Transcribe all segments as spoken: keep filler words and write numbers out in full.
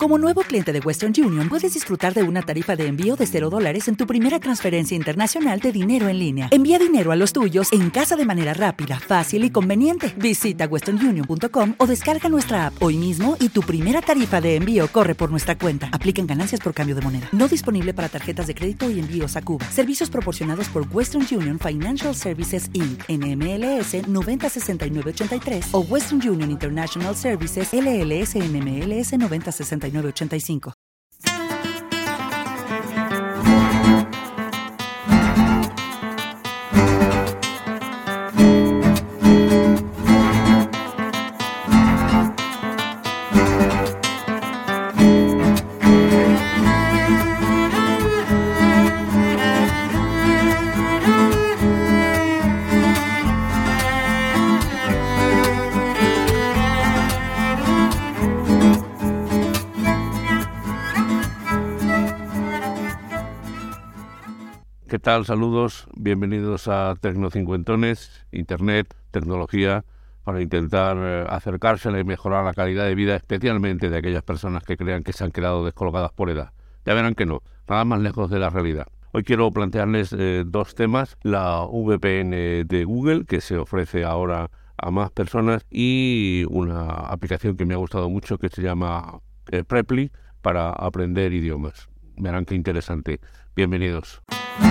Como nuevo cliente de Western Union, puedes disfrutar de una tarifa de envío de cero dólares en tu primera transferencia internacional de dinero en línea. Envía dinero a los tuyos en casa de manera rápida, fácil y conveniente. Visita western union punto com o descarga nuestra app hoy mismo y tu primera tarifa de envío corre por nuestra cuenta. Aplican ganancias por cambio de moneda. No disponible para tarjetas de crédito y envíos a Cuba. Servicios proporcionados por Western Union Financial Services incorporated. N M L S noventa sesenta y nueve ochenta y tres o Western Union International Services L L S N M L S noventa sesenta y nueve ochenta y cinco. ¿Qué tal? Saludos, bienvenidos a Tecnocincuentones, Internet, tecnología, para intentar eh, acercársela y mejorar la calidad de vida, especialmente de aquellas personas que crean que se han quedado descolocadas por edad. Ya verán que no, nada más lejos de la realidad. Hoy quiero plantearles eh, dos temas, la V P N de Google, que se ofrece ahora a más personas, y una aplicación que me ha gustado mucho que se llama eh, Preply, para aprender idiomas. Verán qué interesante. Bienvenidos.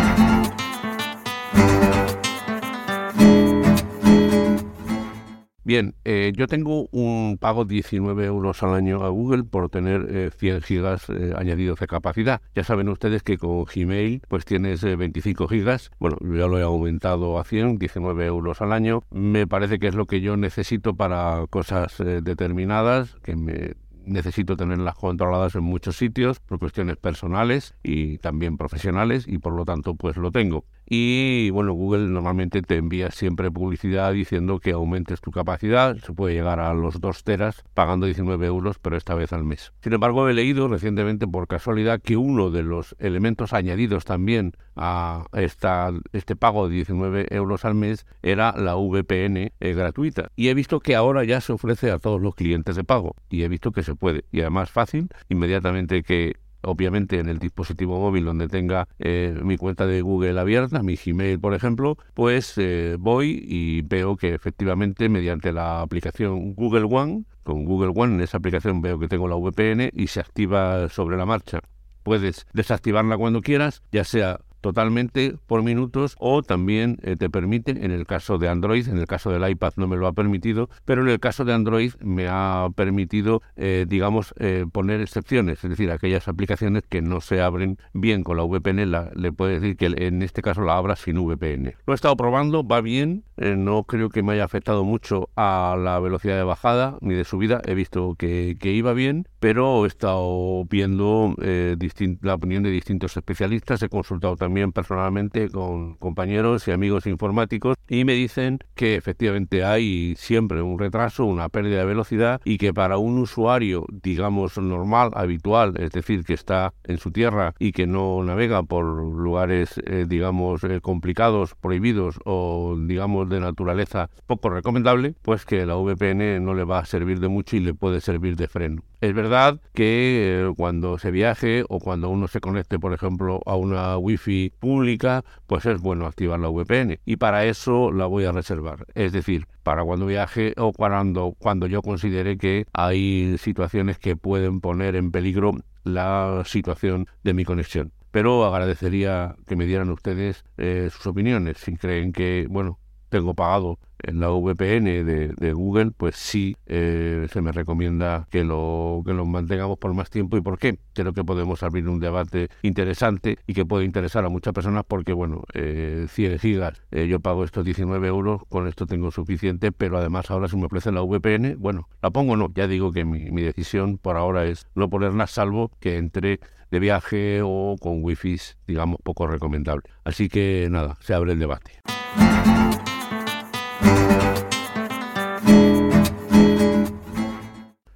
Bien, eh, yo tengo un pago de diecinueve euros al año a Google por tener eh, cien gigas eh, añadidos de capacidad. Ya saben ustedes que con Gmail pues tienes eh, veinticinco gigas. Bueno, ya lo he aumentado a cien, diecinueve euros al año. Me parece que es lo que yo necesito para cosas eh, determinadas, que me... necesito tenerlas controladas en muchos sitios por cuestiones personales y también profesionales, y por lo tanto pues lo tengo. Y bueno, Google normalmente te envía siempre publicidad diciendo que aumentes tu capacidad. Se puede llegar a los dos teras pagando diecinueve euros, pero esta vez al mes. Sin embargo, he leído recientemente por casualidad que uno de los elementos añadidos también a esta, este pago de diecinueve euros al mes era la V P N eh, gratuita. Y he visto que ahora ya se ofrece a todos los clientes de pago. Y he visto que se puede. Y además fácil, inmediatamente que... obviamente en el dispositivo móvil donde tenga eh, mi cuenta de Google abierta, mi Gmail por ejemplo, pues eh, voy y veo que efectivamente mediante la aplicación Google One, con Google One en esa aplicación veo que tengo la V P N y se activa sobre la marcha. Puedes desactivarla cuando quieras, ya sea totalmente por minutos, o también eh, te permite, en el caso de Android, en el caso del iPad no me lo ha permitido, pero en el caso de Android me ha permitido, eh, digamos, eh, poner excepciones, es decir, aquellas aplicaciones que no se abren bien con la V P N, la, le puede decir que en este caso la abra sin V P N. Lo he estado probando, va bien, eh, no creo que me haya afectado mucho a la velocidad de bajada ni de subida, he visto que, que iba bien, pero he estado viendo eh, distint- la opinión de distintos especialistas, he consultado también también personalmente con compañeros y amigos informáticos, y me dicen que efectivamente hay siempre un retraso, una pérdida de velocidad, y que para un usuario, digamos, normal, habitual, es decir, que está en su tierra y que no navega por lugares, eh, digamos, eh, complicados, prohibidos o, digamos, de naturaleza poco recomendable, pues que la V P N no le va a servir de mucho y le puede servir de freno. Es verdad que eh, cuando se viaje o cuando uno se conecte, por ejemplo, a una wifi pública, pues es bueno activar la V P N, y para eso la voy a reservar. Es decir, para cuando viaje o cuando, cuando yo considere que hay situaciones que pueden poner en peligro la situación de mi conexión. Pero agradecería que me dieran ustedes eh, sus opiniones. Si creen que, bueno, tengo pagado en la V P N de, de Google, pues sí, eh, se me recomienda que lo, que lo mantengamos por más tiempo. ¿Y por qué? Creo que podemos abrir un debate interesante y que puede interesar a muchas personas, porque, bueno, eh, cien gigas, eh, yo pago estos diecinueve euros, con esto tengo suficiente, pero además ahora si me ofrecen la V P N, bueno, la pongo o no. Ya digo que mi, mi decisión por ahora es no ponerla, salvo que entre de viaje o con wifi, digamos, poco recomendable. Así que nada, se abre el debate.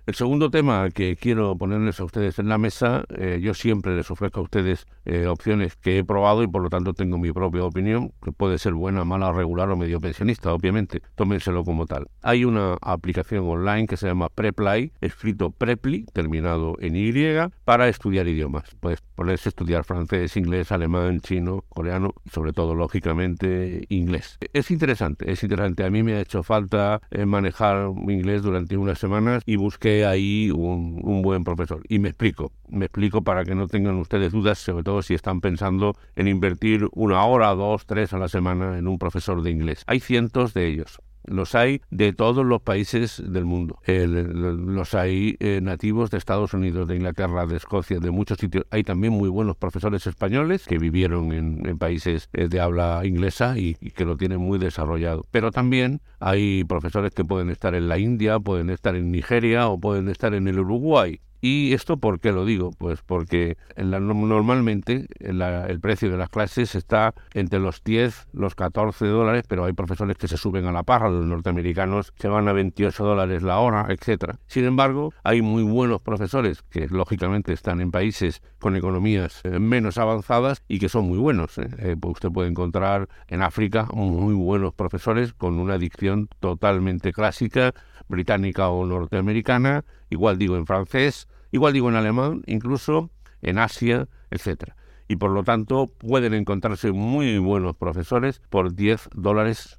El segundo tema que quiero ponerles a ustedes en la mesa, eh, yo siempre les ofrezco a ustedes eh, opciones que he probado y por lo tanto tengo mi propia opinión, que puede ser buena, mala, regular o medio pensionista, obviamente, tómenselo como tal. Hay una aplicación online que se llama Preply, escrito Preply, terminado en Y, para estudiar idiomas. Puedes ponerse a estudiar francés, inglés, alemán, chino, coreano y sobre todo, lógicamente, inglés. Es interesante, es interesante. A mí me ha hecho falta eh, manejar inglés durante unas semanas y busqué ahí un, un buen profesor. Y me explico, me explico para que no tengan ustedes dudas, sobre todo si están pensando en invertir una hora, dos, tres a la semana en un profesor de inglés. Hay cientos de ellos. Los hay de todos los países del mundo. Eh, los hay eh, nativos de Estados Unidos, de Inglaterra, de Escocia, de muchos sitios. Hay también muy buenos profesores españoles que vivieron en, en países eh, de habla inglesa y, y que lo tienen muy desarrollado. Pero también hay profesores que pueden estar en la India, pueden estar en Nigeria o pueden estar en el Uruguay. ¿Y esto por qué lo digo? Pues porque en la, normalmente en la, el precio de las clases está entre los diez, los catorce dólares, pero hay profesores que se suben a la parra, los norteamericanos se van a veintiocho dólares la hora, etcétera. Sin embargo, hay muy buenos profesores que lógicamente están en países con economías eh, menos avanzadas y que son muy buenos. ¿eh? Eh, pues usted puede encontrar en África muy buenos profesores con una dicción totalmente clásica, británica o norteamericana, igual digo en francés, igual digo en alemán, incluso en Asia, etcétera. Y por lo tanto pueden encontrarse muy buenos profesores por diez dólares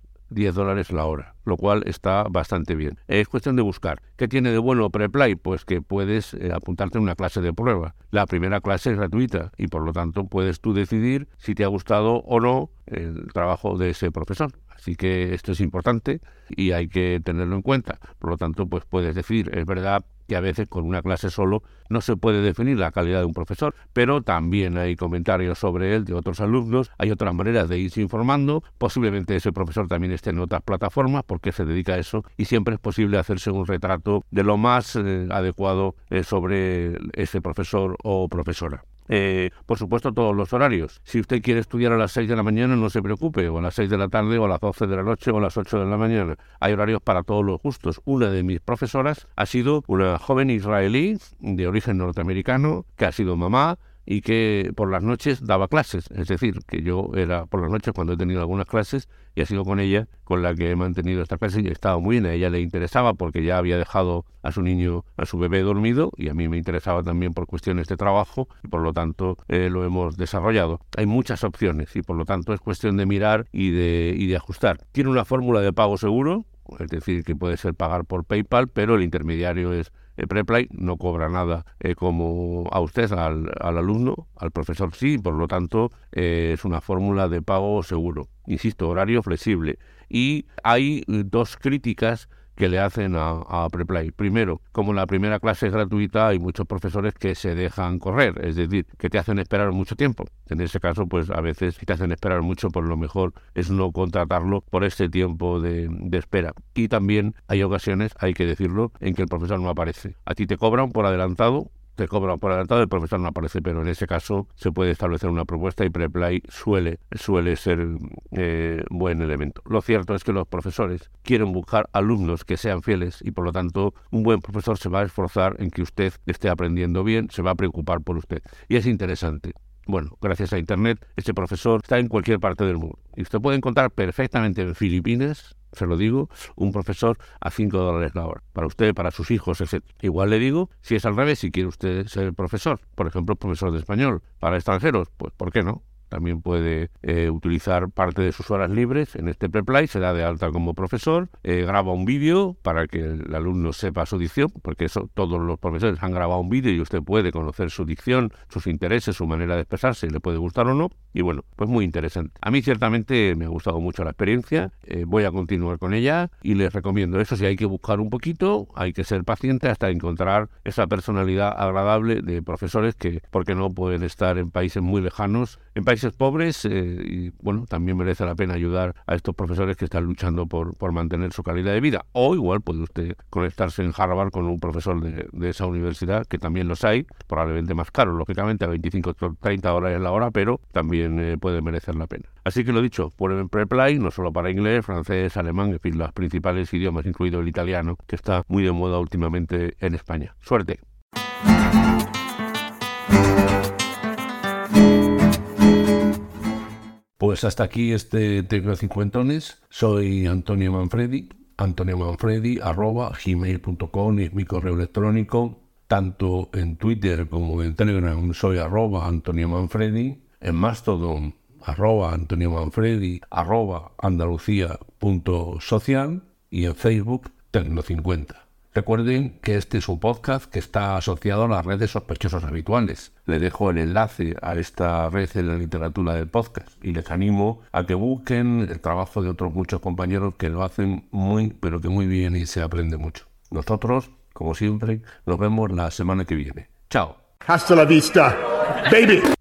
la hora, lo cual está bastante bien. Es cuestión de buscar. ¿Qué tiene de bueno Preply? Pues que puedes eh, apuntarte a una clase de prueba. La primera clase es gratuita y por lo tanto puedes tú decidir si te ha gustado o no el trabajo de ese profesor. Así que esto es importante y hay que tenerlo en cuenta. Por lo tanto, pues puedes decidir. Es verdad que a veces con una clase solo no se puede definir la calidad de un profesor, pero también hay comentarios sobre él de otros alumnos, hay otras maneras de irse informando, posiblemente ese profesor también esté en otras plataformas porque se dedica a eso y siempre es posible hacerse un retrato de lo más eh, adecuado eh, sobre ese profesor o profesora. Eh, por supuesto, todos los horarios. Si usted quiere estudiar a las seis de la mañana, no se preocupe, o a las seis de la tarde, o a las doce de la noche, o a las ocho de la mañana. Hay horarios para todos los gustos. Una de mis profesoras ha sido una joven israelí de origen norteamericano que ha sido mamá y que por las noches daba clases. Es decir, que yo era por las noches cuando he tenido algunas clases y ha sido con ella con la que he mantenido esta clase y estaba muy bien. A ella le interesaba porque ya había dejado a su niño, a su bebé dormido y a mí me interesaba también por cuestiones de trabajo y por lo tanto eh, lo hemos desarrollado. Hay muchas opciones y por lo tanto es cuestión de mirar y de, y de ajustar. Tiene una fórmula de pago seguro, es decir, que puede ser pagar por PayPal, pero el intermediario es eh, Preply, no cobra nada eh, como a usted, al, al alumno, al profesor sí, por lo tanto eh, es una fórmula de pago seguro. Insisto, horario flexible. Y hay dos críticas que le hacen a, a Preply. Primero, como la primera clase es gratuita, hay muchos profesores que se dejan correr, es decir, que te hacen esperar mucho tiempo. En ese caso, pues a veces si te hacen esperar mucho, pues lo mejor es no contratarlo por este tiempo de, de espera. Y también hay ocasiones, hay que decirlo, en que el profesor no aparece. A ti te cobran por adelantado, te cobran por adelantado, el profesor no aparece, pero en ese caso se puede establecer una propuesta y Preply suele, suele ser eh, buen elemento. Lo cierto es que los profesores quieren buscar alumnos que sean fieles y por lo tanto un buen profesor se va a esforzar en que usted esté aprendiendo bien, se va a preocupar por usted. Y es interesante. Bueno, gracias a Internet, este profesor está en cualquier parte del mundo. Y usted puede encontrar perfectamente en Filipinas, se lo digo, un profesor a cinco dólares la hora. Para usted, para sus hijos, etcétera. Igual le digo, si es al revés, si quiere usted ser profesor, por ejemplo, profesor de español para extranjeros, pues ¿por qué no? También puede eh, utilizar parte de sus horas libres en este Preply, se da de alta como profesor, eh, graba un vídeo para que el alumno sepa su dicción, porque eso todos los profesores han grabado un vídeo y usted puede conocer su dicción, sus intereses, su manera de expresarse, le puede gustar o no, y bueno, pues muy interesante. A mí ciertamente me ha gustado mucho la experiencia, eh, voy a continuar con ella y les recomiendo eso. Si hay que buscar un poquito, hay que ser paciente hasta encontrar esa personalidad agradable de profesores que, porque no pueden estar en países muy lejanos, en países países pobres eh, y bueno, también merece la pena ayudar a estos profesores que están luchando por, por mantener su calidad de vida. O igual puede usted conectarse en Harvard con un profesor de, de esa universidad, que también los hay, probablemente más caros, lógicamente a veinticinco o treinta dólares la hora, pero también eh, puede merecer la pena. Así que lo dicho, prueben Preply, no solo para inglés, francés, alemán, en fin, los principales idiomas, incluido el italiano, que está muy de moda últimamente en España. ¡Suerte! Pues hasta aquí este Tecnocincuentones. Soy Antonio Manfredi, Antonio Manfredi arroba gmail punto com es mi correo electrónico. Tanto en Twitter como en Telegram soy arroba Antonio Manfredi. En Mastodon arroba Antonio Manfredi arroba Andalucía punto social y en Facebook Tecno cincuenta. Recuerden que este es un podcast que está asociado a las redes sospechosos habituales. Les dejo el enlace a esta red en la literatura del podcast y les animo a que busquen el trabajo de otros muchos compañeros que lo hacen muy, pero que muy bien y se aprende mucho. Nosotros, como siempre, nos vemos la semana que viene. ¡Chao! Hasta la vista, baby!